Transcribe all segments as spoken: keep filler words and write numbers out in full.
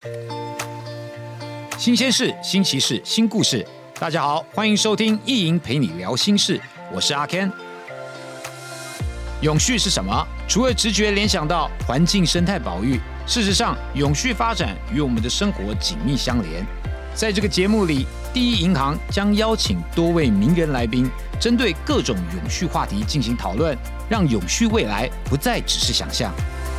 新鲜事、新奇事、新故事。大家好，欢迎收听意莹陪你聊心事，我是阿 Ken。永续是什么？除了直觉联想到环境生态保育，事实上，永续发展与我们的生活紧密相连。在这个节目里，第一银行将邀请多位名人来宾，针对各种永续话题进行讨论，让永续未来不再只是想象。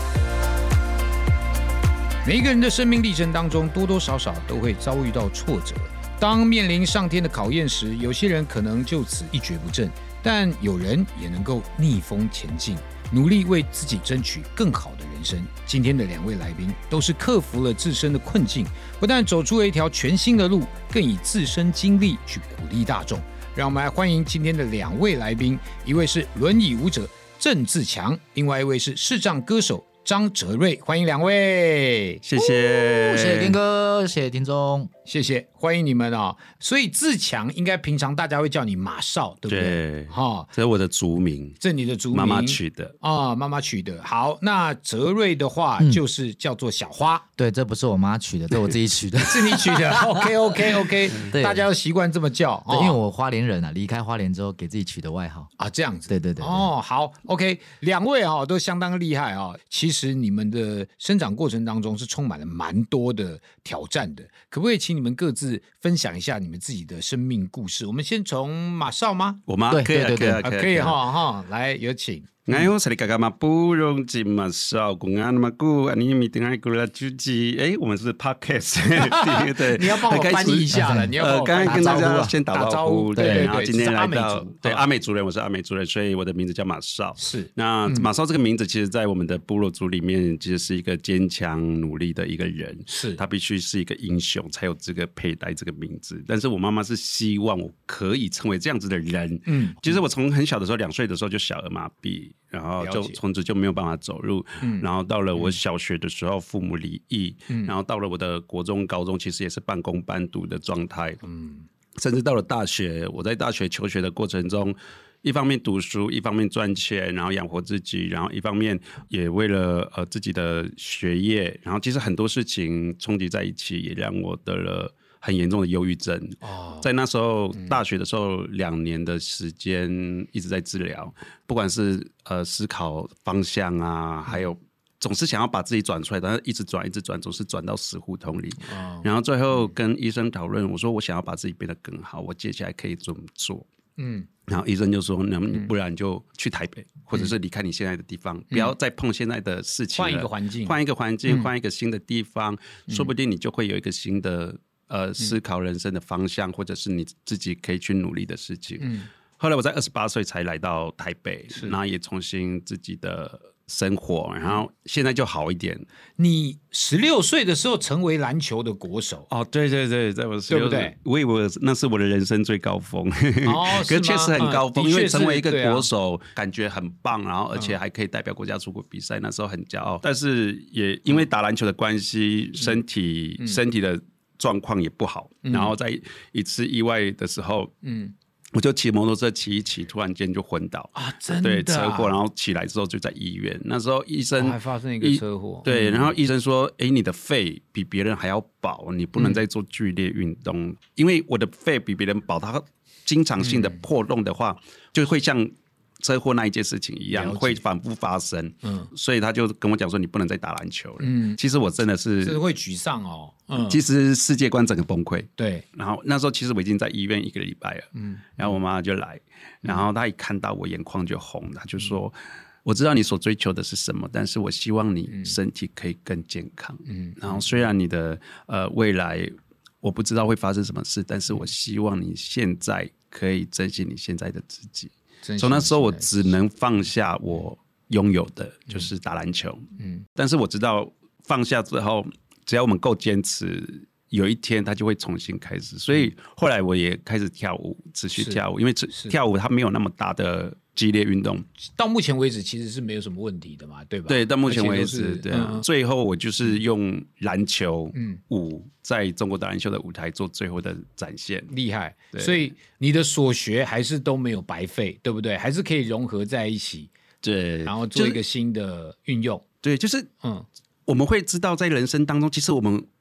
每一个人的生命历程当中，多多少少都会遭遇到挫折。当面临上天的考验时，有些人可能就此一蹶不振，但有人也能够逆风前进，努力为自己争取更好的人生。今天的两位来宾都是克服了自身的困境，不但走出了一条全新的路，更以自身经历去鼓励大众。让我们来欢迎今天的两位来宾，一位是轮椅舞者郑自强，另外一位是视障歌手张哲瑞，欢迎两位， 谢谢， 谢谢天哥，谢谢听众， 谢谢，欢迎你们啊！所以自强应该平常大家会叫你马少，对不对？ 对， 哈、哦， 这是我的族名， 这你的族名， 妈妈取的啊、哦，妈妈取的。好，那哲瑞的话、嗯、就是叫做小花， 对，这不是我妈取的，这我自己取的， 是你取的。OK OK OK， 大家要习惯这么叫， 对，因为我花莲人啊，离开花莲之后给自己取的外号啊，这样子， 对对 对, 对。 哦，好 ，OK， 两位啊、哦、都相当厉害啊、哦。其实你们的生长过程当中是充满了蛮多的挑战的，可不可以请你们各自分享一下你们自己的生命故事？我们先从马少吗？ 我吗？ 对可以对对可以可以可以哈哈，来有请。 哎呦，这里嘎嘎嘛不容易嘛少，公安嘛古，你咪等下过来主持。哎，我们是 podcast， 对对， 你要帮我翻译一下了。你要帮我刚刚跟大家先打招呼， 对对， 然后今天来到对阿美族人，我是阿美族人，所以我的名字叫马少。 是， 那马少这个名字，其实在我们的部落族里面，其实是一个坚强努力的一个人。 是， 他必须是一个英雄，才有这个佩戴这个名字。但是我妈妈是希望我可以成为这样子的人。嗯，其实我从很小的时候，两岁的时候就小儿麻痹。然后就从此就没有办法走路、嗯、然后到了我小学的时候父母离异、嗯、然后到了我的国中高中其实也是半工半读的状态、嗯、甚至到了大学，我在大学求学的过程中一方面读书一方面赚钱然后养活自己，然后一方面也为了、呃、自己的学业，然后其实很多事情冲击在一起，也让我得了很严重的忧郁症、哦、在那时候大学的时候两年的时间一直在治疗，不管是、呃、思考方向啊，还有总是想要把自己转出来，但是一直转一直转，总是转到死胡同里、哦、然后最后跟医生讨论，我说我想要把自己变得更好，我接下来可以怎么做。嗯，然后医生就说那不然就去台北、嗯、或者是离开你现在的地方、嗯、不要再碰现在的事情了， 换一个环境换一个环境换、嗯、一个新的地方、嗯、说不定你就会有一个新的呃，思考人生的方向、嗯、或者是你自己可以去努力的事情、嗯、后来我在二十八岁才来到台北，然后也重新自己的生活，然后现在就好一点。 你十六岁的时候成为篮球的国手哦，对对对，在我十六岁，对不对？我以为那是我的人生最高峰，哦，可是确实很高峰、嗯，因为成为一个国手、啊、感觉很棒，然后而且还可以代表国家出国比赛、嗯，那时候很骄傲。但是也因为打篮球的关系，嗯、身体、嗯、身体的状况也不好、嗯、然后在一次意外的时候、嗯、我就骑摩托车骑一骑，突然间就昏倒啊！真的、啊、 对，车祸，然后起来之后就在医院。那时候医生、 哦、还发生一个车祸， 对、嗯，然后医生说：“哎，你的肺比别人还要薄，你不能再做剧烈运动、嗯，因为我的肺比别人薄，它经常性的破洞的话，嗯、就会像。”车祸那一件事情一样会反复发生、嗯、所以他就跟我讲说你不能再打篮球了、嗯、其实我真的是是会沮丧哦、嗯、 其实世界观整个崩溃， 对， 然后那时候其实我已经在医院一个礼拜了、嗯、然后我妈妈就来，然后她一看到我眼眶就红，她就说、嗯、我知道你所追求的是什么，但是我希望你身体可以更健康、嗯、然后虽然你的、呃、未来我不知道会发生什么事，但是我希望你现在可以珍惜你现在的自己。从那时候我只能放下我拥有的、嗯、就是打篮球、嗯、但是我知道放下之后只要我们够坚持，有一天它就会重新开始，所以后来我也开始跳舞，持续跳舞，因为跳舞它没有那么大的激烈运动， 到目前为止其实是没有什么问题的嘛，对吧？ 对，到目前为止，对、啊嗯，最后我就是用篮球、嗯、舞在中国打篮球的舞台做最后的展现， 厉害。所以你的所学还是都没有白费，对不对？还是可以融合在一起， 对， 然后做一个新的运用。 对，就是嗯，我们会知道在人生当中，其实我们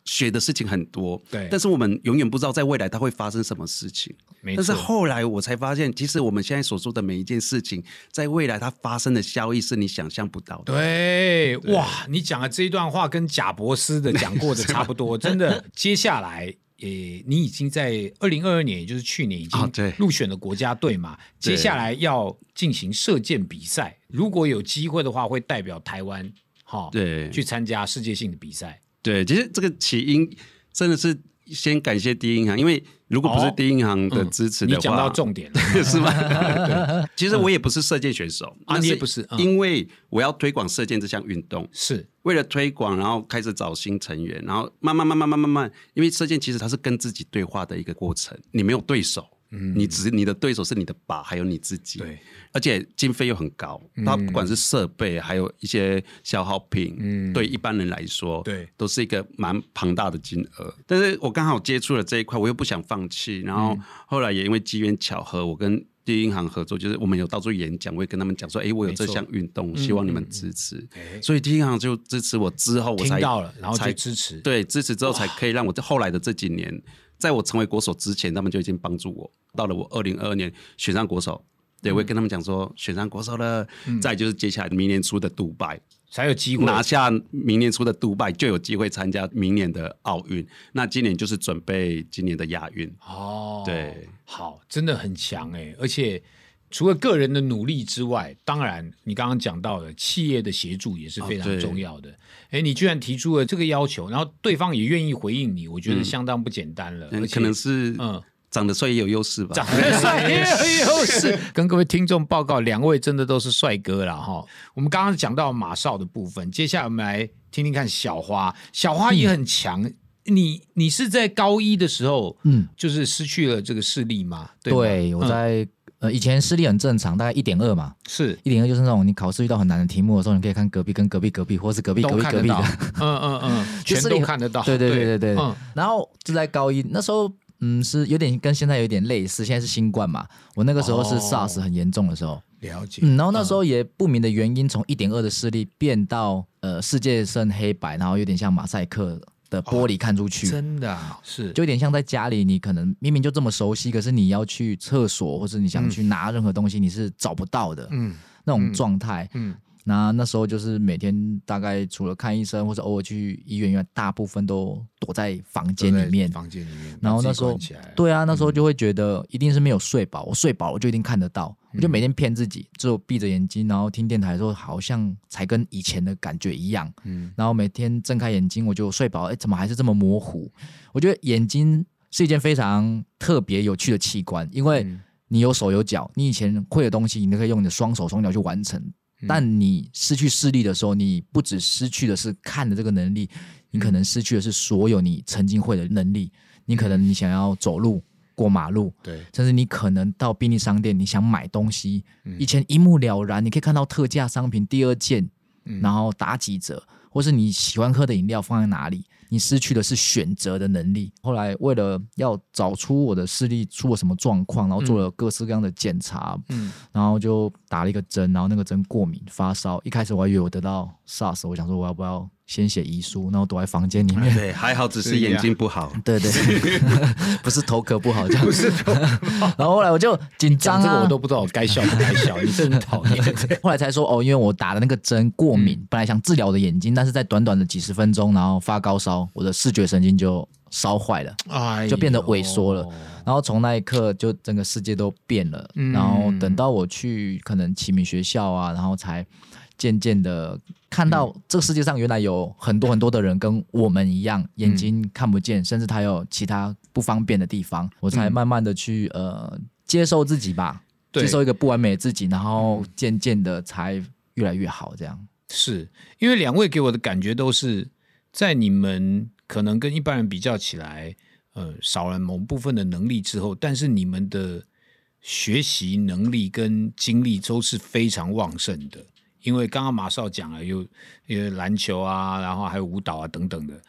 学的事情很多， 对， 但是我们永远不知道在未来它会发生什么事情。但是后来我才发现，其实我们现在所做的每一件事情，在未来它发生的效益是你想象不到的。 对，对哇，你讲的这一段话跟贾伯斯的讲过的差不多，真的。接下来。诶，你已经在二零二二年，也就是去年已经入选了国家队嘛？哦、接下来要进行射箭比赛，如果有机会的话，会代表台湾哈、哦，对，去参加世界性的比赛。 对，其实这个起因真的是先感谢第一银行，因为如果不是第一银行的支持的话，哦嗯、 你讲到重点了， 是吗？其实我也不是射箭选手、 嗯、啊，你也不是， 嗯、因为我要推广射箭这项运动， 是为了推广，然后开始找新成员，然后慢慢慢慢慢慢慢，因为射箭其实它是跟自己对话的一个过程，你没有对手。嗯、你只你的对手是你的靶，还有你自己。对，而且经费又很高，嗯、它不管是设备，还有一些消耗品，嗯、对一般人来说，对，都是一个蛮庞大的金额。但是我刚好接触了这一块，我又不想放弃，然后后来也因为机缘巧合，我跟第一银行合作，就是我们有到处演讲，我也跟他们讲说，哎，我有这项运动，希望你们支持。嗯、所以第一银行就支持我，之后我才听到了，然后才支持， 对，支持之后才可以让我后来的这几年。在我成为国手之前，他们就已经帮助我。到了我二零二二年选上国手，对，我会跟他们讲说，选上国手了。嗯、再就是接下来明年初的杜拜， 才有机会拿下明年初的杜拜，就有机会参加明年的奥运。那今年就是准备今年的亚运。哦，对， 好，真的很强哎、欸，而且。除了个人的努力之外，当然你刚刚讲到的企业的协助也是非常重要的。哎、哦，你居然提出了这个要求，然后对方也愿意回应你，我觉得相当不简单了。 嗯、而且可能是嗯，长得帅也有优势吧？ 长得帅也有优势。跟各位听众报告，两位真的都是帅哥啦哈。我们刚刚讲到马少的部分，接下来我们来听听看小花。小花也很强。嗯你你是在高一的时候，嗯，就是失去了这个视力吗？对吗， 对，我在。嗯呃，以前视力很正常，大概一点二嘛， 是一点二，就是那种你考试遇到很难的题目的时候，你可以看隔壁跟隔壁隔壁，或是隔壁隔壁隔壁的， 嗯嗯嗯，全都看得到。 对对对对对。嗯、然后就在高一那时候，嗯，是有点跟现在有点类似，现在是新冠嘛，我那个时候是 SARS 很严重的时候，哦、 了解。 嗯，然后那时候也不明的原因，从一点二的视力变到呃世界剩黑白，然后有点像马赛克。的玻璃看出去、 哦、真的、啊、是就有点像在家里，你可能明明就这么熟悉，可是你要去厕所或者你想去拿任何东西、嗯、你是找不到的、嗯、那种状态。嗯，那那时候就是每天大概除了看医生或者偶尔去医院以外，大部分都躲在房间里面， 房间里面。 然后那时候对啊，那时候就会觉得一定是没有睡饱，我睡饱我就一定看得到，我就每天骗自己，就闭着眼睛，然后听电台的时候好像才跟以前的感觉一样。嗯，然后每天睁开眼睛我就睡饱，哎，怎么还是这么模糊？我觉得眼睛是一件非常特别有趣的器官，因为你有手有脚，你以前会的东西，你都可以用你的双手双脚去完成。但你失去视力的时候，你不只失去的是看的这个能力，你可能失去的是所有你曾经会的能力。你可能你想要走路过马路，对，甚至你可能到便利商店，你想买东西，嗯、以前一目了然，你可以看到特价商品第二件，嗯、然后打几折，或是你喜欢喝的饮料放在哪里，你失去的是选择的能力。后来为了要找出我的视力出了什么状况，然后做了各式各样的检查，嗯、然后就打了一个针，然后那个针过敏发烧，一开始我还以为我得到 SARS， 我想说我要不要先写遗书，然后躲在房间里面。 对，还好只是眼睛不好。 对对，不是头壳不好这样。不是头壳不好。然后后来我就紧张啊， 这个我都不知道我该笑不该笑，你真讨厌。 后来才说哦，因为我打的那个针过敏，嗯、本来想治疗我的眼睛，但是在短短的几十分钟，然后发高烧，我的视觉神经就烧坏了，哎、就变得萎缩了。然后从那一刻就整个世界都变了。嗯、然后等到我去可能启明学校啊，然后才渐渐的看到这个世界上原来有很多很多的人跟我们一样，眼睛看不见，嗯、甚至他有其他不方便的地方，我才慢慢的去呃接受自己吧，接受一个不完美的自己，然后渐渐的才越来越好。这样是因为两位给我的感觉都是在你们可能跟一般人比较起来，呃，少了某部分的能力之后，但是你们的学习能力跟精力都是非常旺盛的。因为刚刚马少讲了有有篮球啊，然后还有舞蹈啊等等的，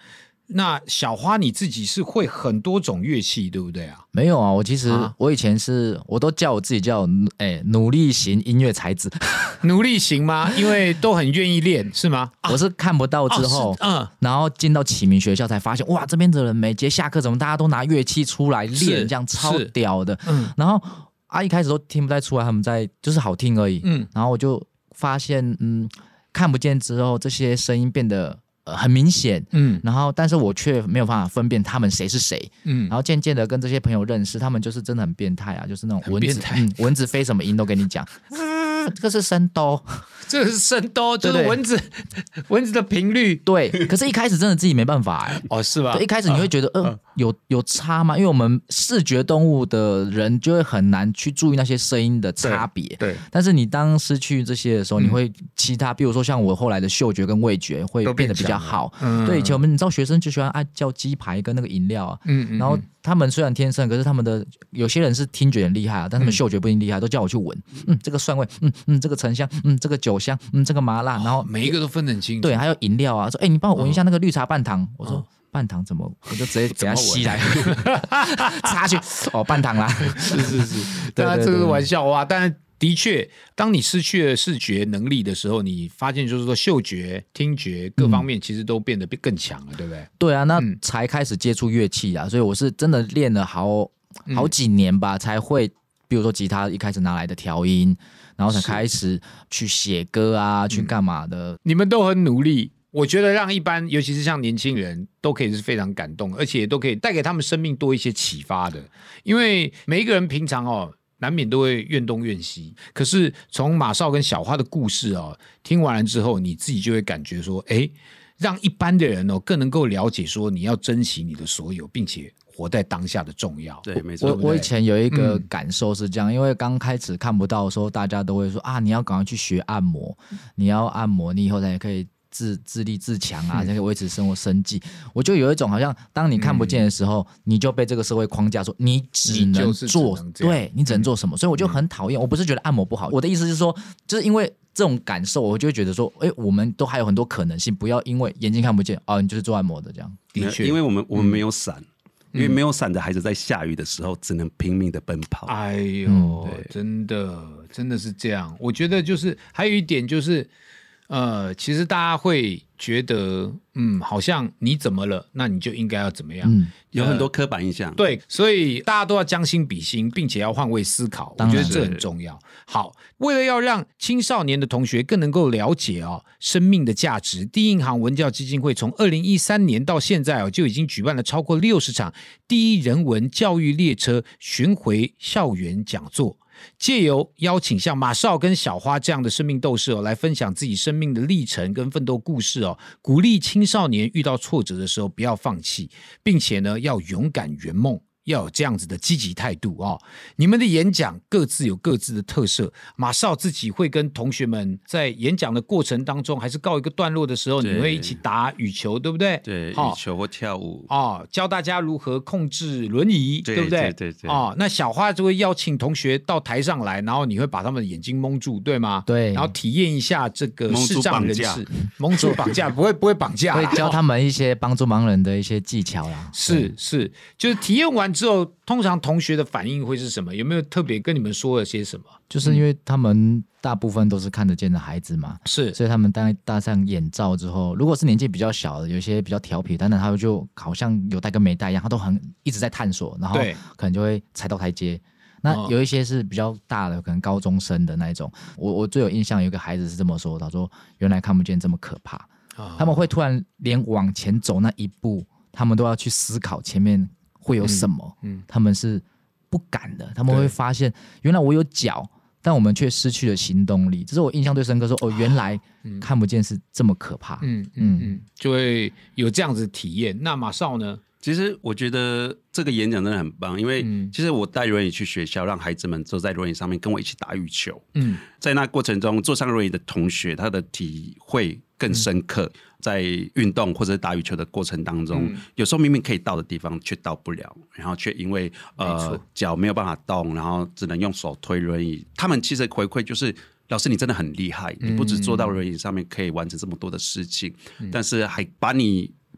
那小花你自己是会很多种乐器对不对啊？ 没有啊，我其实、啊、我以前是我都叫我自己叫哎努力型音乐才子。 努力型吗？因为都很愿意练是吗？ 我是看不到之后、哦嗯、然后进到启明学校才发现，哇，这边的人每节下课怎么大家都拿乐器出来练，这样超屌的、嗯、然后啊一开始都听不太出来他们在就是好听而已、嗯、然后我就发现嗯看不见之后这些声音变得很明显，嗯，然后但是我却没有办法分辨他们谁是谁，嗯，然后渐渐的跟这些朋友认识，他们就是真的很变态啊，就是那种蚊子，嗯、蚊子飞什么音都跟你讲，这个是声哆， 这个是声哆，就是蚊子蚊子的频率， 对。可是，一开始真的自己没办法哎、欸， 哦，是吧？ 对，一开始你会觉得，呃，呃有有差吗？因为我们视觉动物的人就会很难去注意那些声音的差别， 对。 但是你当失去这些的时候，嗯、你会其他，比如说像我后来的嗅觉跟味觉会变得比较好。嗯、对，以前我们你知道学生就喜欢爱叫鸡排跟那个饮料啊，嗯嗯，然后他们虽然天生，可是他们的有些人是听觉很厉害啊，但他们嗅觉不一定厉害，都叫我去闻，嗯，这个蒜味，嗯嗯，这个沉香，嗯，这个酒香，嗯，这个麻辣，然后、 哦、每一个都分得很清楚。 对，还有饮料啊，说，哎、欸，你帮我闻一下那个绿茶半糖，哦、我说。半糖怎么？我就直接给他吸来，插去哦，半糖啦， 是是是，当然这个是玩笑话，但的确，当你失去了视觉能力的时候，你发现就是说嗅觉、听觉各方面其实都变得更强了，嗯、对不对？ 对啊，那才开始接触乐器啊，所以我是真的练了好好几年吧，嗯、才会，比如说吉他一开始拿来的调音，然后才开始去写歌啊，嗯、去干嘛的。 你们都很努力。我觉得让一般尤其是像年轻人都可以是非常感动，而且都可以带给他们生命多一些启发的，因为每一个人平常哦难免都会怨东怨西，可是从马少跟小花的故事哦听完了之后，你自己就会感觉说，哎，让一般的人哦更能够了解说你要珍惜你的所有，并且活在当下的重要。 对，没错。 我我以前有一个感受是这样，嗯、因为刚开始看不到的时候，大家都会说啊，你要赶快去学按摩，你要按摩，你以后才可以自自立自强啊，才可以维持生活生计。我就有一种好像，当你看不见的时候，嗯、你就被这个社会框架说你只能做，你对你只能做什么。嗯、所以我就很讨厌。我不是觉得按摩不好，我的意思是说，就是因为这种感受，我就会觉得说，哎，我们都还有很多可能性，不要因为眼睛看不见哦，你就是做按摩的这样。 的确，因为我们我们没有伞。嗯因为没有伞的孩子在下雨的时候只能拼命的奔跑。 哎呦，嗯、真的真的是这样。我觉得就是还有一点就是，呃，其实大家会觉得，嗯，好像你怎么了，那你就应该要怎么样，嗯、 有很多刻板印象。 对，所以大家都要将心比心，并且要换位思考。我觉得这很重要。好，为了要让青少年的同学更能够了解哦生命的价值，第一银行文教基金会从二零一三年到现在哦就已经举办了超过六十场第一人文教育列车巡回校园讲座。借由邀请像马少跟小花这样的生命斗士哦，来分享自己生命的历程跟奋斗故事哦，鼓励青少年遇到挫折的时候不要放弃，并且呢要勇敢圆梦，要有这样子的积极态度哦。你们的演讲各自有各自的特色，马少自己会跟同学们在演讲的过程当中，还是告一个段落的时候，你会一起打羽球，对不对？ 对，羽球或跳舞哦，教大家如何控制轮椅， 对, 对不对？ 对对对。 哦，那小花就会邀请同学到台上来，然后你会把他们的眼睛蒙住，对吗？ 对， 然后体验一下这个视障人士蒙住绑架，不会不会绑架， 会教他们一些帮助盲人的一些技巧啦。 是是，就是体验完之后，通常同学的反应会是什么？有没有特别跟你们说了些什么？ 就是因为他们大部分都是看得见的孩子嘛，是，所以他们戴戴上眼罩之后，如果是年纪比较小的，有些比较调皮，但是他们就好像有戴跟没戴一样，他都很一直在探索，然后可能就会踩到台阶。那有一些是比较大的，可能高中生的那一种。我我最有印象有一个孩子是这么说，他说原来看不见这么可怕，哦、他们会突然连往前走那一步，他们都要去思考前面会有什么，嗯嗯、他们是不敢的，他们会发现原来我有脚，但我们却失去了行动力，这是我印象最深刻说。哦，原来看不见是这么可怕，嗯嗯嗯，就会有这样子的体验。那马少呢？ 其实我觉得这个演讲真的很棒，因为其实我带轮椅去学校，让孩子们坐在轮椅上面跟我一起打羽球。嗯，在那过程中，坐上轮椅的同学他的体会更深刻，嗯、在运动或者是打羽球的过程当中，嗯、有时候明明可以到的地方却到不了，然后却因为呃脚没有办法动，然后只能用手推轮椅。他们其实回馈就是。老师，你真的很厉害，你不只坐到轮椅上面可以完成这么多的事情，嗯、但是还把你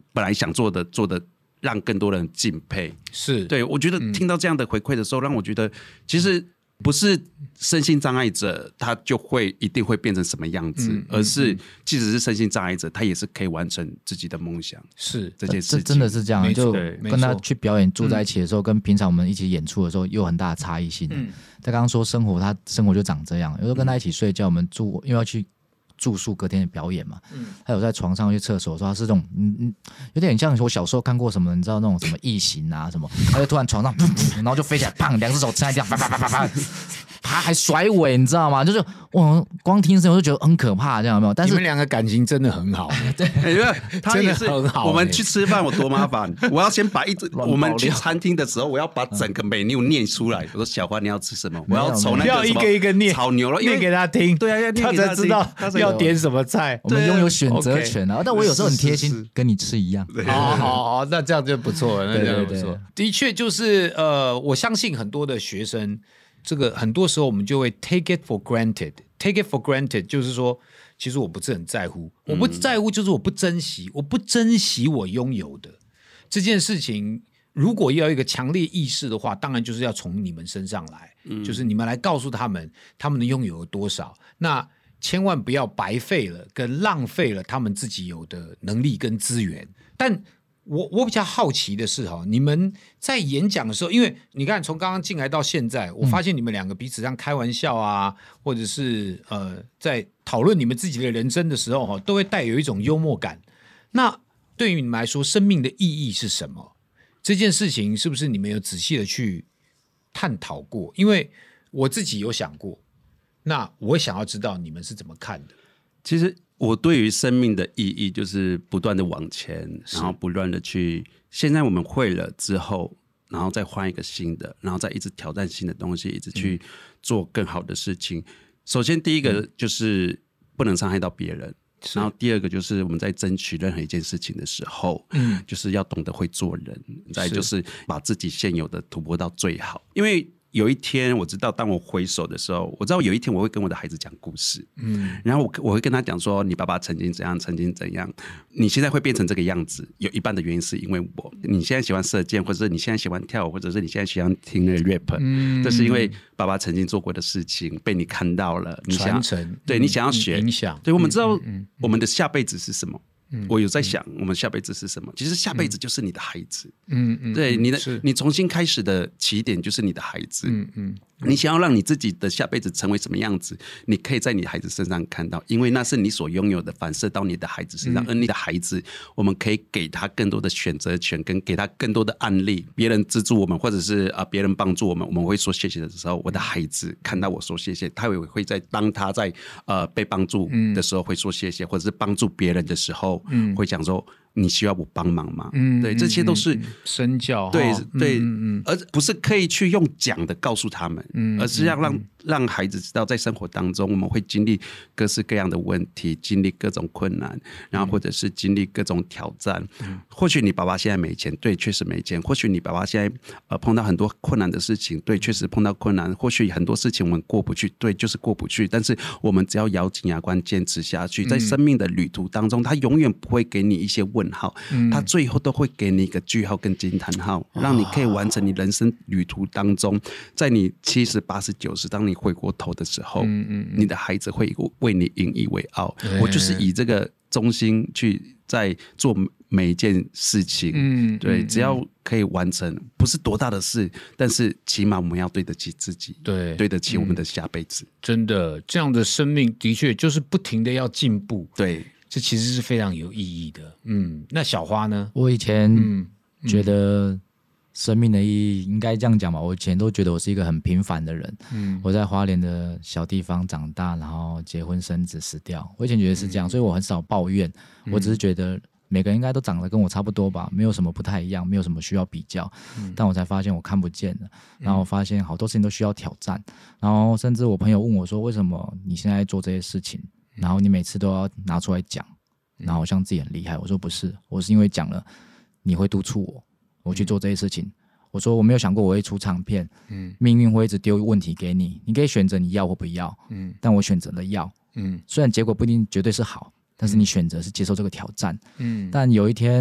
本来想做的做的让更多人敬佩。 是， 对，我觉得听到这样的回馈的时候，让我觉得其实不是身心障碍者他就会一定会变成什么样子，嗯、而是即使是身心障碍者，他也是可以完成自己的梦想。 是这件事情， 真的是这样。就跟他去表演住在一起的时候， 嗯、 跟平常我们一起演出的时候，又有很大的差异性。嗯，他刚刚说生活，他生活就长这样。有时候跟他一起睡觉，我们住因为要去住宿隔天的表演嘛，嗯、他有在床上去厕所的时候，他是这种嗯嗯，有点像我小时候看过什么，你知道那种什么异形啊什么，他就突然床上噗噗，然后就飞起来，砰，两只手撑在这样，啪啪啪啪啪。他还甩尾，你知道吗？就是我光听声我就觉得很可怕，这样有没有？但是你们两个感情真的很好， 对， 因为他也是很好。 我们去吃饭，我多麻烦，我要先把一直我们去餐厅的时候，我要把整个 menu 念出来。我说小花你要吃什么？我要从那个要一个一个念炒牛肉， 念给他听， 对啊，要他才知道要点什么菜。 我们拥有选择权啊！但我有时候很贴心，跟你吃一样。 好好好，那这样就不错了，那这样不错。的确就是呃，我相信很多的学生。这个很多时候我们就会 take it for granted take it for granted 就是说其实我不是很在乎，我不在乎就是我不珍惜，我不珍惜我拥有的这件事情。如果要有一个强烈意识的话，当然就是要从你们身上来、嗯、就是你们来告诉他们他们的拥有有多少，那千万不要白费了跟浪费了他们自己有的能力跟资源。但我我比较好奇的是哈，你们在演讲的时候，因为你看从刚刚进来到现在，我发现你们两个彼此上开玩笑啊，或者是呃在讨论你们自己的人生的时候哈，都会带有一种幽默感。那对于你们来说，生命的意义是什么？这件事情是不是你们有仔细的去探讨过？因为我自己有想过，那我想要知道你们是怎么看的。 其实我对于生命的意义就是不断的往前，然后不断的去，现在我们会了之后，然后再换一个新的，然后再一直挑战新的东西，一直去做更好的事情。嗯、首先第一个就是不能伤害到别人，然后第二个就是我们在争取任何一件事情的时候，嗯，就是要懂得会做人，再就是把自己现有的突破到最好。因为有一天我知道，当我回首的时候，我知道有一天我会跟我的孩子讲故事，嗯，然后 我, 我会跟他讲说，你爸爸曾经怎样，曾经怎样，你现在会变成这个样子，有一半的原因是因为我，你现在喜欢射箭，或者是你现在喜欢跳舞，或者是你现在喜欢听那个 rap，嗯，这是因为爸爸曾经做过的事情被你看到了，你想传承， 对你想要学， 影响， 对，我们知道我们的下辈子是什么。嗯、我有在想我们下辈子是什么，其实下辈子就是你的孩子，嗯嗯，对，你的你重新开始的起点就是你的孩子，嗯嗯，你想要让你自己的下辈子成为什么样子，你可以在你孩子身上看到，因为那是你所拥有的反射到你的孩子身上，嗯、而你的孩子我们可以给他更多的选择权，跟给他更多的案例，别人资助我们或者是啊别人帮助我们，我们会说谢谢的时候，我的孩子看到我说谢谢，他也会在当他在呃被帮助的时候会说谢谢，或者是帮助别人的时候嗯，会讲说你需要我帮忙吗？嗯，对，这些都是身教， 对对，嗯嗯，而不是刻意去用讲的告诉他们，嗯，而是要让、嗯、让孩子知道，在生活当中我们会经历各式各样的问题，经历各种困难，然后或者是经历各种挑战。嗯、或许你爸爸现在没钱，对，确实没钱；或许你爸爸现在呃碰到很多困难的事情，对，确实碰到困难；或许很多事情我们过不去，对，就是过不去。但是我们只要咬紧牙关坚持下去，在生命的旅途当中，他永远不会给你一些问号，嗯、他最后都会给你一个句号跟惊叹号，让你可以完成你人生旅途当中，在你七十、八十、九十，当你回过头的时候，嗯嗯嗯、你的孩子会为你引以为傲。我就是以这个中心去在做每一件事情，嗯，对，只要可以完成，不是多大的事，但是起码我们要对得起自己，对，对得起我们的下辈子。嗯、 真的，这样的生命的确就是不停的要进步， 对。 这其实是非常有意义的。嗯，那小花呢？ 我以前觉得生命的意义应该这样讲吧，我以前都觉得我是一个很平凡的人。嗯，我在花莲的小地方长大，然后结婚生子死掉。我以前觉得是这样，嗯、所以我很少抱怨。嗯、我只是觉得每个人应该都长得跟我差不多吧，没有什么不太一样，没有什么需要比较。嗯、但我才发现我看不见了，然后我发现好多事情都需要挑战。然后甚至我朋友问我说：“为什么你现在做这些事情？”然后你每次都要拿出来讲，然后好像自己很厉害。我说不是，我是因为讲了，你会督促我，我去做这些事情。我说我没有想过我会出唱片，嗯，命运会一直丢问题给你，你可以选择你要或不要，嗯，但我选择了要，嗯，虽然结果不一定绝对是好，但是你选择是接受这个挑战，嗯，但有一天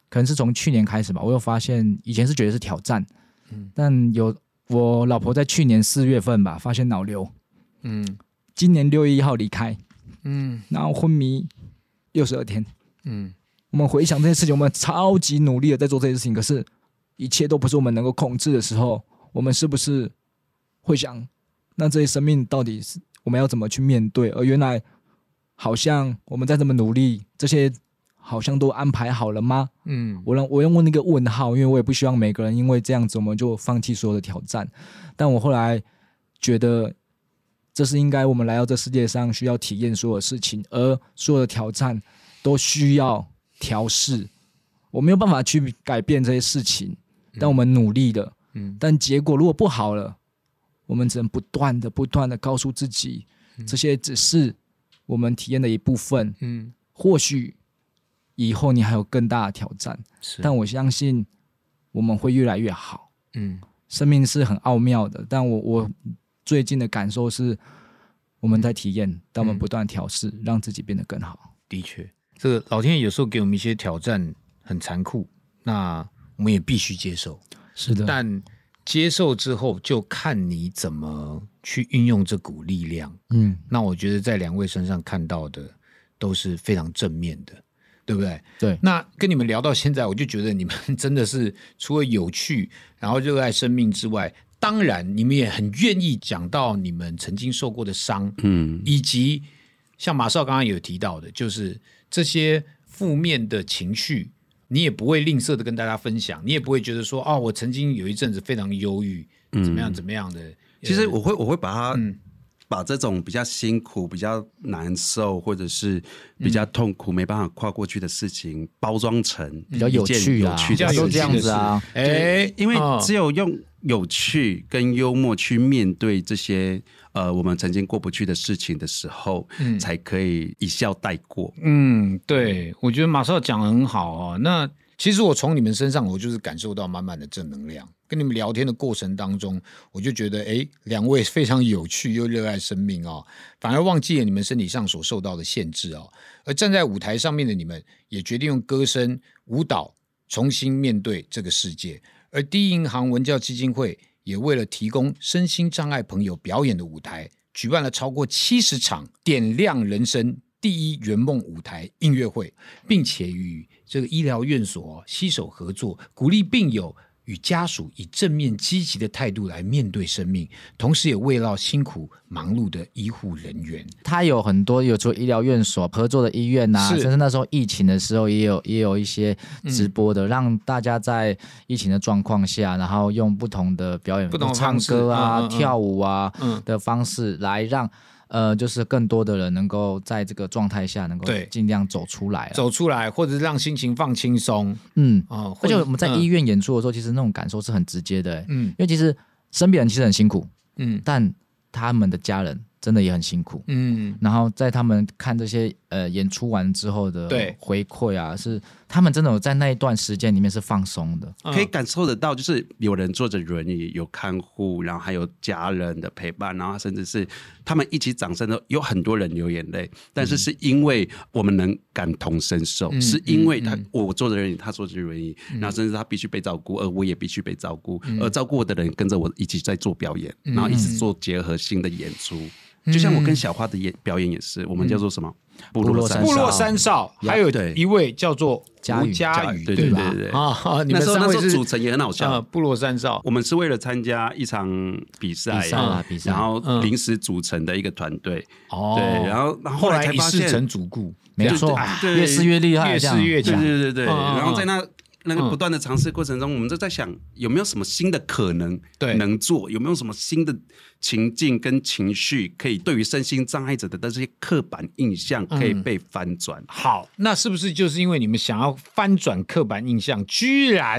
可能是从去年开始吧，我有发现以前是觉得是挑战，嗯，但有我老婆在去年四月份吧发现脑瘤，嗯，今年六月一号离开，嗯，然后昏迷六十二天，嗯，我们回想这件事情，我们超级努力的在做这件事情，可是一切都不是我们能够控制的时候，我们是不是会想，那这些生命到底是我们要怎么去面对？而原来好像我们在这么努力，这些好像都安排好了吗？嗯，我让我用问那个问号，因为我也不希望每个人因为这样子我们就放弃所有的挑战。但我后来觉得，这是应该我们来到这世界上需要体验所有事情，而所有的挑战都需要调试。我没有办法去改变这些事情，但我们努力了。嗯，但结果如果不好了，我们只能不断的、不断的告诉自己，这些只是我们体验的一部分。嗯，或许以后你还有更大的挑战，但我相信我们会越来越好。嗯，生命是很奥妙的，但我我最近的感受是，我们在体验，但我们不断调试，嗯，让自己变得更好。 的确，这个老天爷有时候给我们一些挑战，很残酷，那我们也必须接受。 是的， 但接受之后，就看你怎么去运用这股力量。嗯，那我觉得在两位身上看到的都是非常正面的。对不对？ 对。 那跟你们聊到现在，我就觉得你们真的是除了有趣，然后热爱生命之外，当然你们也很愿意讲到你们曾经受过的伤，嗯，以及像马少刚刚有提到的，就是这些负面的情绪，你也不会吝啬的跟大家分享，你也不会觉得说，哦，我曾经有一阵子非常忧郁，嗯，怎么样怎么样的。 其实我会我会把它。嗯把这种比较辛苦、比较难受，或者是比较痛苦、嗯、没办法跨过去的事情，包装成比较有趣啊， 比较都这样子啊。 对，因为只有用有趣跟幽默去面对这些呃我们曾经过不去的事情的时候，嗯、才可以一笑带过。 嗯，对，我觉得马少讲得很好啊。那其实我从你们身上，我就是感受到满满的正能量。跟你们聊天的过程当中，我就觉得，哎，两位非常有趣又热爱生命哦，反而忘记了你们身体上所受到的限制哦。而站在舞台上面的你们，也决定用歌声、舞蹈重新面对这个世界。而第一银行文教基金会也为了提供身心障碍朋友表演的舞台，举办了超过七十场点亮人生第一圆梦舞台音乐会，并且与这个医疗院所携手合作，鼓励病友与家属以正面积极的态度来面对生命，同时也慰劳辛苦忙碌的医护人员。 他有很多有做医疗院所合作的医院啊，甚至那时候疫情的时候也有也有一些直播的，嗯、让大家在疫情的状况下，然后用不同的表演， 不同唱歌啊、 嗯嗯、 跳舞啊、嗯、的方式来让。呃，就是更多的人能够在这个状态下能够尽量走出来， 走出来，或者是让心情放轻松。 嗯，哦、而且我们在医院演出的时候，嗯、其实那种感受是很直接的。嗯，因为其实生病人其实很辛苦，嗯，但他们的家人真的也很辛苦，嗯，然后在他们看这些呃演出完之后的回馈啊，是他们真的有在那一段时间里面是放松的， 可以感受得到，就是有人坐着轮椅，有看护，然后还有家人的陪伴，然后甚至是他们一起掌声的，有很多人流眼泪，但是是因为我们能感同身受，嗯、是因为他、嗯、我坐着轮椅，他坐着轮椅，嗯、然后甚至他必须被照顾，而我也必须被照顾，嗯、而照顾我的人跟着我一起在做表演，嗯、然後一起做结合性的演出。就像我跟小花的演表演也是，我们叫做什么？部落三少， 部落三少，还有一位叫做吴佳宇， 对对对对啊！ 你们三位是组成也很好笑。 部落三少， 我们是为了参加一场比赛，然后临时组成的一个团队。哦，对，然后然后后来才发现一试成主顾， 没错，越试越厉害， 越试越强， 对对对对。然后在那。那个不断的尝试过程中，我们就在想有没有什么新的可能能做，有没有什么新的情境跟情绪可以对于身心障碍者的这些刻板印象可以被翻转。 嗯、好，那是不是就是因为你们想要翻转刻板印象，居然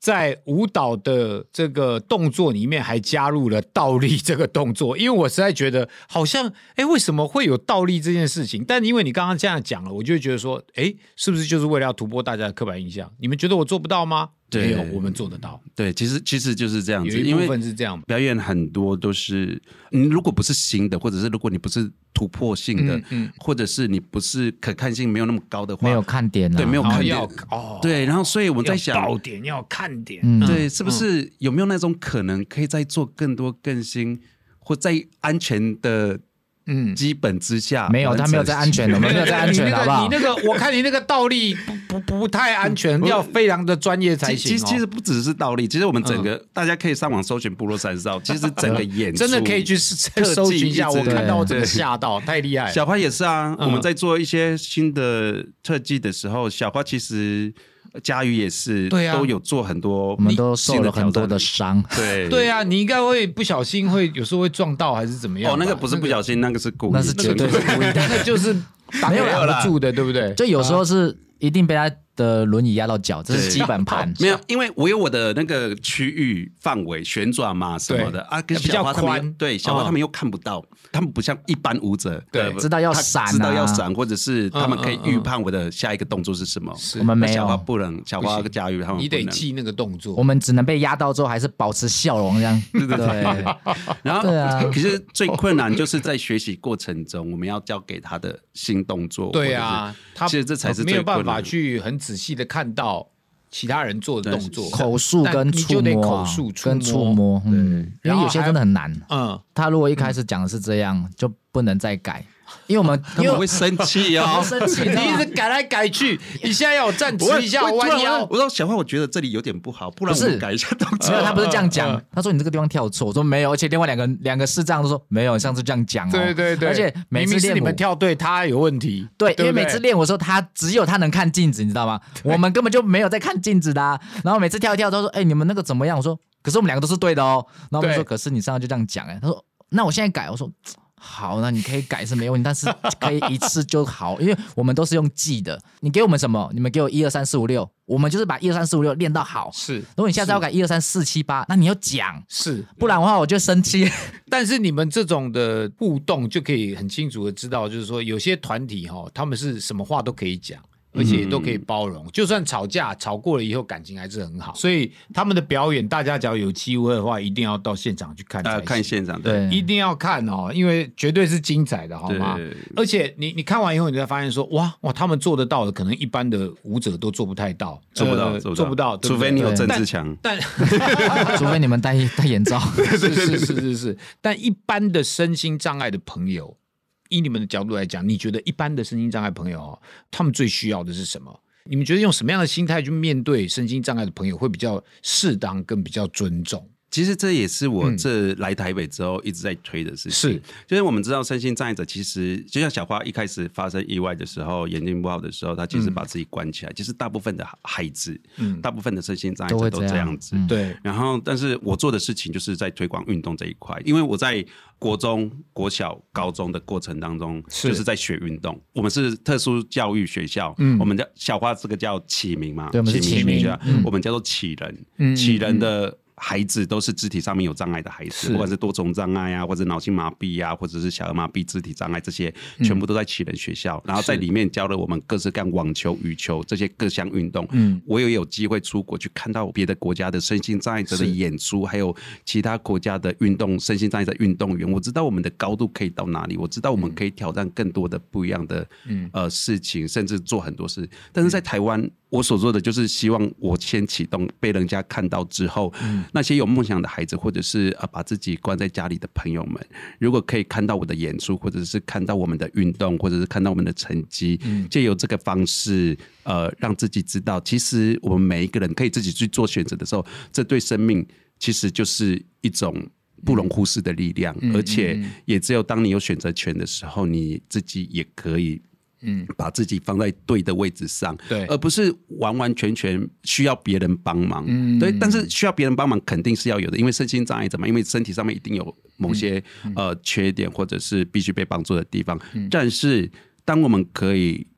在舞蹈的这个动作里面还加入了倒立这个动作，因为我实在觉得好像哎，为什么会有倒立这件事情？但因为你刚刚这样讲了，我就会觉得说，哎，是不是就是为了要突破大家的刻板印象？你们觉得我做不到吗？没有，我们做得到。 对，其实其实就是这样子， 有一部分是这样。 表演很多都是，你如果不是新的，或者是如果你不是突破性的，嗯嗯、或者是你不是可看性没有那么高的话， 没有看点、啊， 对，没有看点， 哦， 对。然后，所以我在想， 爆点要看点， 嗯、对，是不是有没有那种可能，可以再做更多更新，或在安全的？嗯，基本之下没有，他没有在安全的，没有在安全的，好不好？ 你那个，我看你那个倒立不不不太安全，要非常的专业才行、哦。 其实其实不只是倒立，其实我们整个、嗯、大家可以上网搜寻部落三少，其实整个演出真的可以去搜寻一下。我看到我真的吓到，太厉害了。 小花也是啊、嗯，我们在做一些新的特技的时候，小花其实。佳瑜也是，对啊，都有做很多， 我们都受了很多的伤。 对对啊，你应该会不小心会有时候会撞到还是怎么样？ 哦，那个不是不小心，那个是故意， 那是绝对是故意的， 那就是挡不住的，对不对？ 就有时候是一定被他的轮椅压到脚，这是基本盘。 没有，因为我有我的那个区域范围旋转嘛什么的啊，跟小花他们对小花他们又看不到，他们不像一般舞者， 对，知道要闪， 知道要闪，或者是他们可以预判我的下一个动作是什么。 我们没有， 小花不能，小花跟佳瑜他们你得记那个动作， 我们只能被压到之后还是保持笑容这样。对对对。 然后，可是最困难就是在学习过程中，我们要教给他的新动作。 对啊， 他其实这才是没有办法去很仔细的看到其他人做的动作， 口述跟触摸、啊，跟触摸，嗯，因为有些真的很难。嗯，他如果一开始讲的是这样，就不能再改。因为我们他们会生气哦， 生气，你一直改来改去，你现在要站直一下，弯腰。 我说小花，我觉得这里有点不好，不然我们改一下动作。 没有，他不是这样讲，他说你这个地方跳错，我说没有，而且另外两个两个视障都说没有，上次这样讲哦。 对对对， 而且每次练你们跳对，他有问题。 对，因为每次练舞的时候，他只有他能看镜子，你知道吗？我们根本就没有在看镜子的。然后每次跳一跳都说，哎，你们那个怎么样？我说，可是我们两个都是对的哦。然后我们说，可是你上次就这样讲，哎，他说，那我现在改，我说。好，那你可以改是没问题，但是可以一次就好，因为我们都是用记的。你给我们什么？你们给我一二三四五六，我们就是把一二三四五六练到好。 是， 如果你下次要改一二三四七八，那你要讲， 是， 不然的话我就生气。 但是你们这种的互动就可以很清楚的知道，就是说有些团体哈、哦，他们是什么话都可以讲。而且都可以包容、嗯、就算吵架吵过了以后感情还是很好，所以他们的表演大家只要有机会的话一定要到现场去看、呃、 看现场， 对， 一定要看哦，因为绝对是精彩的好吗？而且你你看完以后你才发现说哇哇他们做得到的可能一般的舞者都做不太到， 做不到、呃、 做不到， 除非你有郑志强， 但除非你们戴戴眼罩是是是是是，但一般的身心障碍的朋友，以你们的角度来讲，你觉得一般的身心障碍朋友、哦、他们最需要的是什么？你们觉得用什么样的心态去面对身心障碍的朋友会比较适当跟比较尊重？ 其实这也是我这来台北之后一直在推的事情、嗯、是，就是我们知道身心障碍者其实就像小花一开始发生意外的时候，眼睛不好的时候，他其实把自己关起来、嗯、其实大部分的孩子、嗯、大部分的身心障碍者都这样子、嗯、 对。 然后但是我做的事情就是在推广运动这一块，因为我在国中国小高中的过程当中是就是在学运动，我们是特殊教育学校、嗯、我们叫小花这个叫启明嘛， 对，我们是启明， 嗯、我们叫做启人，启、嗯、人的孩子都是肢体上面有障碍的孩子，不管是多重障碍啊，或者脑性麻痹啊，或者是小儿麻痹、肢体障碍，这些全部都在启人学校、嗯、然后在里面教了我们各式各样网球、羽球这些各项运动、嗯、我也有机会出国去看到别的国家的身心障碍者的演出，还有其他国家的运动身心障碍的运动员，我知道我们的高度可以到哪里，我知道我们可以挑战更多的不一样的、嗯呃、事情，甚至做很多事。但是在台湾我所做的就是希望我先启动，被人家看到之后、嗯、那些有梦想的孩子，或者是、呃、把自己关在家里的朋友们，如果可以看到我的演出，或者是看到我们的运动，或者是看到我们的成绩，借由这个方式呃，让自己知道其实我们每一个人可以自己去做选择的时候，这对生命其实就是一种不容忽视的力量、嗯、而且也只有当你有选择权的时候，你自己也可以嗯，把自己放在对的位置上，对，而不是完完全全需要别人帮忙，嗯，对。但是需要别人帮忙肯定是要有的，因为身心障碍者嘛，因为身体上面一定有某些、嗯、呃缺点，或者是必须被帮助的地方。嗯、但是当我们可以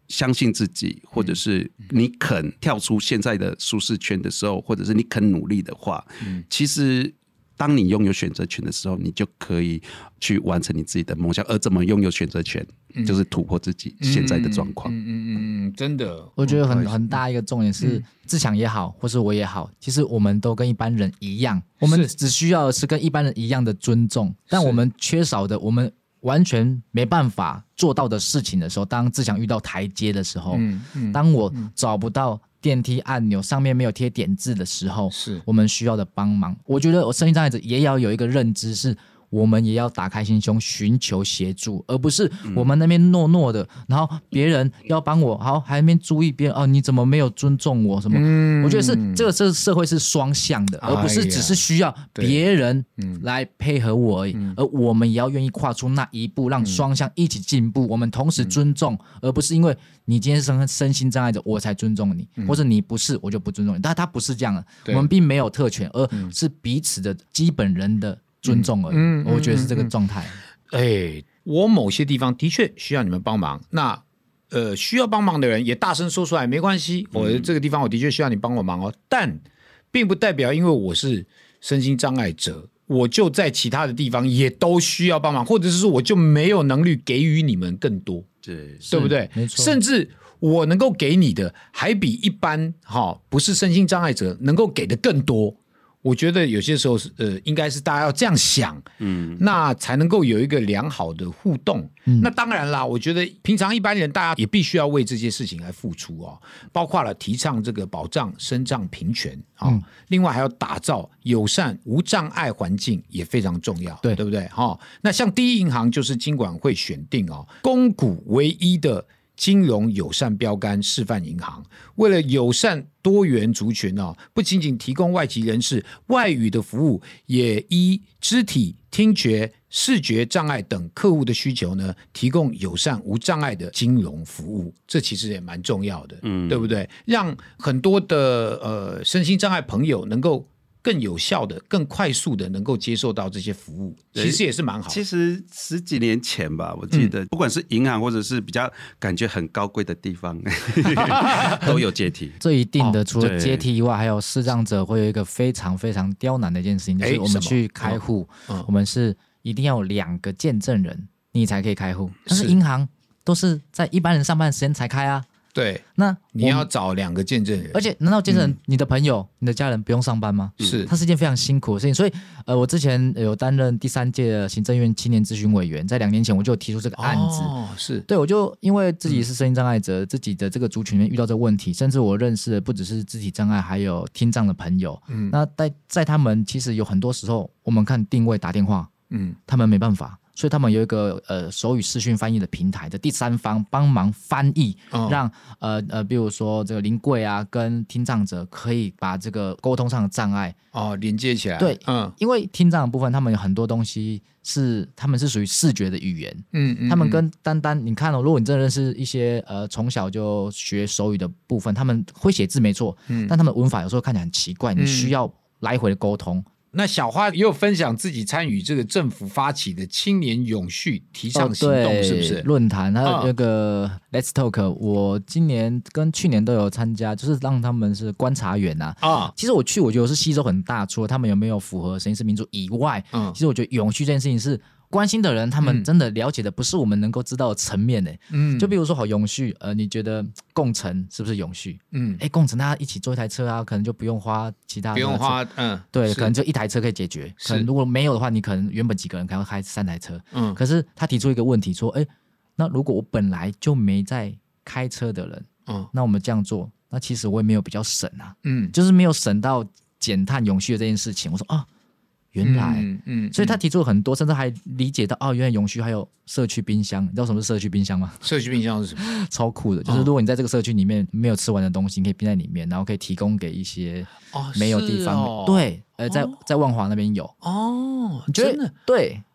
相信自己，或者是你肯跳出现在的舒适圈的时候，或者是你肯努力的话，嗯、其实当你拥有选择权的时候，你就可以去完成你自己的梦想。而怎么拥有选择权，嗯、就是突破自己现在的状况。 嗯嗯嗯嗯，真的， 我觉得很很大一个重点是，嗯、志强也好，或是我也好，其实我们都跟一般人一样，我们只需要的是跟一般人一样的尊重，但我们缺少的，我们完全没办法做到的事情的时候，当志强遇到台阶的时候，嗯嗯、当我找不到电梯按钮上面没有贴点字的时候，是我们需要的帮忙。我觉得我身心障碍者也要有一个认知，是我们也要打开心胸寻求协助，而不是我们那边诺诺的，然后别人要帮我，好还那边注意别人哦，你怎么没有尊重我什么？嗯、我觉得是这个这个社会是双向的，而不是只是需要别人来配合我而已，嗯、而我们也要愿意跨出那一步，让双向一起进步。我们同时尊重，嗯、而不是因为你今天是身心障碍者我才尊重你，嗯、或者你不是我就不尊重你。但他不是这样的，我们并没有特权，而是彼此的基本人的尊重而已，嗯嗯、我觉得是这个状态。 哎、欸，我某些地方的确需要你们帮忙，那呃需要帮忙的人也大声说出来，没关系，我这个地方我的确需要你帮我忙哦，但并不代表因为我是身心障碍者，我就在其他的地方也都需要帮忙，或者是说我就没有能力给予你们更多，对，对不对？没错，甚至我能够给你的还比一般哈不是身心障碍者能够给的更多。我觉得有些时候呃，应该是大家要这样想，嗯，那才能够有一个良好的互动。嗯、那当然啦，我觉得平常一般人大家也必须要为这些事情来付出哦，包括了提倡这个保障身障平权啊、哦嗯，另外还要打造友善无障碍环境也非常重要，对对不对？哈、哦，那像第一银行就是金管会选定哦，公股唯一的金融友善标杆示范银行，为了友善多元族群哦，不仅仅提供外籍人士外语的服务，也依肢体、听觉、视觉障碍等客户的需求呢，提供友善无障碍的金融服务。这其实也蛮重要的，嗯，对不对？让很多的呃身心障碍朋友能够更有效的、更快速的能够接受到这些服务，其实也是蛮好的。 其实十几年前吧，我记得、嗯、不管是银行或者是比较感觉很高贵的地方都有阶梯。 这一定的、哦、除了阶梯以外，还有视障者会有一个非常非常刁难的一件事情，就是我们去开户、嗯、我们是一定要有两个见证人你才可以开户，但是银行都是在一般人上班的时间才开啊。 对，那你要找两个见证人， 而且难道见证人、嗯、你的朋友、你的家人不用上班吗？ 是， 它是一件非常辛苦的事情。所以，呃，我之前有担任第三届的行政院青年咨询委员，在两年前我就有提出这个案子。 哦，是对， 我就因为自己是身心障碍者，嗯、自己的这个族群里面遇到这个问题，甚至我认识的不只是肢体障碍，还有听障的朋友。嗯，那在在他们其实有很多时候，我们看定位打电话，嗯，他们没办法。所以他们有一个呃手语视讯翻译的平台的第三方帮忙翻译，哦、让呃呃比如说这个临柜啊跟听障者可以把这个沟通上的障碍哦连接起来。 对，嗯，因为听障的部分，他们有很多东西是他们是属于视觉的语言，嗯嗯，他们跟单单你看哦，如果你真的认识一些呃从小就学手语的部分，他们会写字没错，嗯，但他们文法有时候看起来很奇怪，你需要来回的沟通。嗯， 那小花也有分享自己参与这个政府发起的青年永续提倡行动，哦、是不是？ 论坛还有那个 Let's Talk， 我今年跟去年都有参加，就是让他们是观察员啊。啊，其实我去，我觉得我是吸收很大，除了他们有没有符合审议式民主以外，嗯，其实我觉得永续这件事情是。关心的人，他们真的了解的不是我们能够知道的层面诶。嗯，就比如说好永续，呃，你觉得共乘是不是永续？嗯，哎，共乘大家一起坐一台车啊，可能就不用花其他的， 不用花，嗯， 对，可能就一台车可以解决。可能如果没有的话，你可能原本几个人可能要开三台车。嗯，可是他提出一个问题说，哎，那如果我本来就没在开车的人，嗯，那我们这样做，那其实我也没有比较省啊。嗯，就是没有省到减碳永续的这件事情。我说啊。原来，嗯嗯，所以他提出了很多，甚至还理解到哦，原来永续还有社区冰箱。你知道什么是社区冰箱吗？ 社区冰箱是什么？ 超酷的，就是如果你在这个社区里面没有吃完的东西，你可以冰在里面，然后可以提供给一些没有地方。哦哦、对，呃，在在万华那边有哦， 真的对。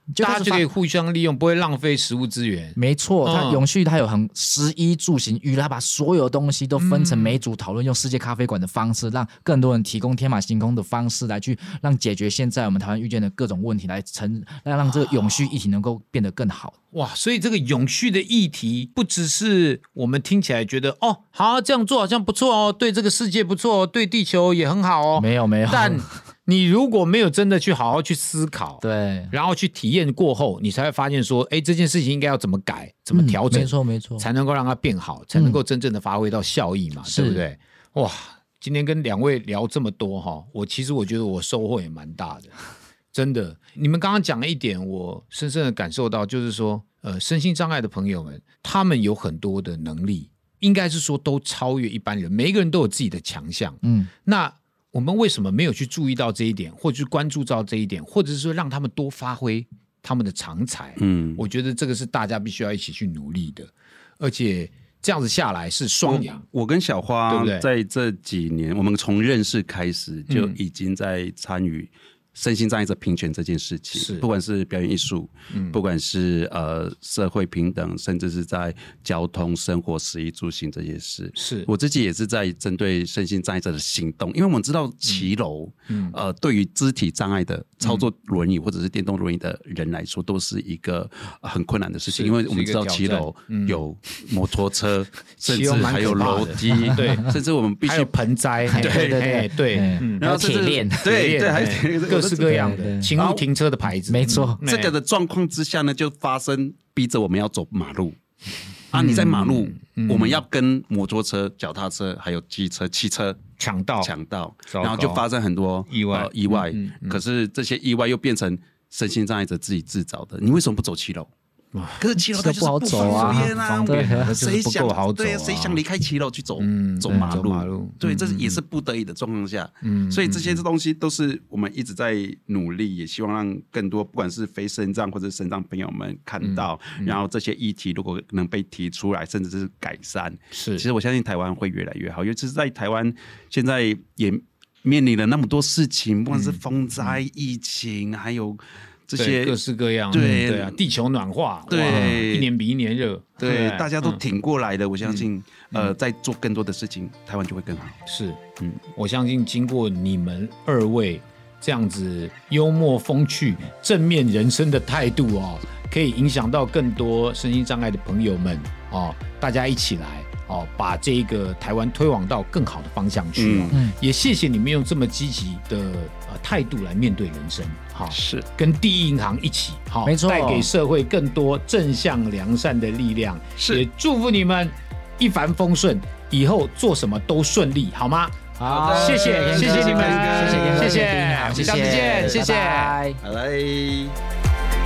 大家就可以互相利用，不会浪费食物资源。 没错，它永续它有很食衣住行娱乐，它把所有东西都分成每组讨论，用世界咖啡馆的方式，让更多人提供天马行空的方式来去让解决现在我们台湾遇见的各种问题，来成来让这个永续议题能够变得更好。 哇，所以这个永续的议题不只是我们听起来觉得哦，好这样做好像不错哦，对这个世界不错哦，对地球也很好哦。 没有没有， 但你如果没有真的去好好去思考， 对， 然后去体验过后，你才会发现说，哎，这件事情应该要怎么改，怎么调整， 嗯、没错没错， 才能够让它变好，才能够真正的发挥到效益嘛，嗯、对不对？哇，今天跟两位聊这么多哈，我其实我觉得我收获也蛮大的。真的，你们刚刚讲了一点，我深深的感受到，就是说，呃，身心障碍的朋友们，他们有很多的能力，应该是说都超越一般人，每一个人都有自己的强项。嗯，那我们为什么没有去注意到这一点，或者去关注到这一点，或者是说让他们多发挥他们的长才？嗯，我觉得这个是大家必须要一起去努力的，而且这样子下来是双赢。 我跟小花在这几年，我们从认识开始就已经在参与身心障碍者平权这件事情，不管是表演艺术、嗯、不管是呃社会平等，甚至是在交通、生活、食衣住行这些事，是我自己也是在针对身心障碍者的行动，因为我们知道骑楼、嗯、呃，对于肢体障碍的操作轮椅或者是电动轮椅的人来说，都是一个很困难的事情，因为我们知道骑楼有摩托车，嗯、甚至还有楼梯，对，甚至我们必须还有盆栽， 对对对对， 嗯、 然后铁链， 对对，还有各式各样的请勿停车的牌子， 没错。 这个的状况之下呢，就发生逼着我们要走马路、嗯、啊！你在马路、嗯，我们要跟摩托车、脚踏车还有机车、汽车抢道，抢道，然后就发生很多意外、 呃、意外、嗯嗯。可是这些意外又变成身心障碍者自己制造的。你为什么不走骑楼？可是骑楼它就是不方便啊， 方便啊， 谁想不够好走啊？ 对，谁想离开骑楼去走、嗯、走马路？走马路对，这也是不得已的状况下。嗯，所以这些东西都是我们一直在努力，也希望让更多不管是非身障或者身障朋友们看到、嗯嗯，然后这些议题如果能被提出来，甚至是改善，是，其实我相信台湾会越来越好，尤其是在台湾现在也面临了那么多事情，不管是风灾、嗯、疫情，还有。这些各式各样， 对对啊，地球暖化， 对， 一年比一年热， 对，大家都挺过来的。嗯、我相信，嗯、呃，在做更多的事情，台湾就会更好。 是，嗯，我相信经过你们二位这样子幽默风趣、正面人生的态度哦，可以影响到更多身心障碍的朋友们哦，大家一起来。哦，把这个台湾推往到更好的方向去、哦嗯、也谢谢你们用这么积极的、呃、态度来面对人生，好、哦， 是跟第一银行一起，好、哦， 没错， 带给社会更多正向良善的力量，是，也祝福你们一帆风顺，以后做什么都顺利，好吗？ 好， 谢谢，谢谢你们， 谢谢， 谢谢， 谢谢， 下次见，谢谢， 拜拜。拜拜。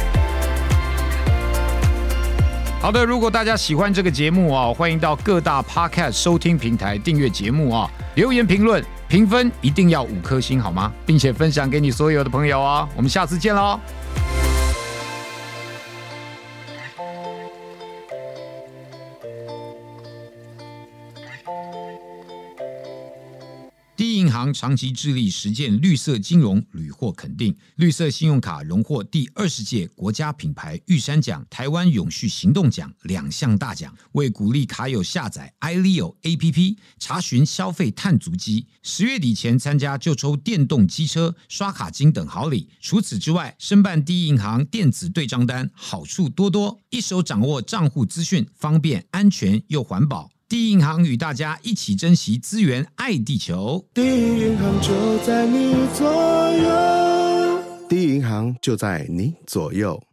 好的，如果大家喜欢这个节目啊，欢迎到各大 Podcast 收听平台订阅节目啊，留言评论评分一定要五颗星好吗？并且分享给你所有的朋友啊，我们下次见喽。第一银行长期致力实践绿色金融，屡获肯定。绿色信用卡荣获第二十届国家品牌玉山奖、台湾永续行动奖两项大奖。为鼓励卡友下载 iLeo A P P 查询消费碳足迹，十月底前参加就抽电动机车、刷卡金等好礼。除此之外，申办第一银行电子对账单，好处多多，一手掌握账户资讯，方便、安全又环保。第一银行与大家一起珍惜资源，爱地球。 第一银行就在你左右，第一银行就在你左右。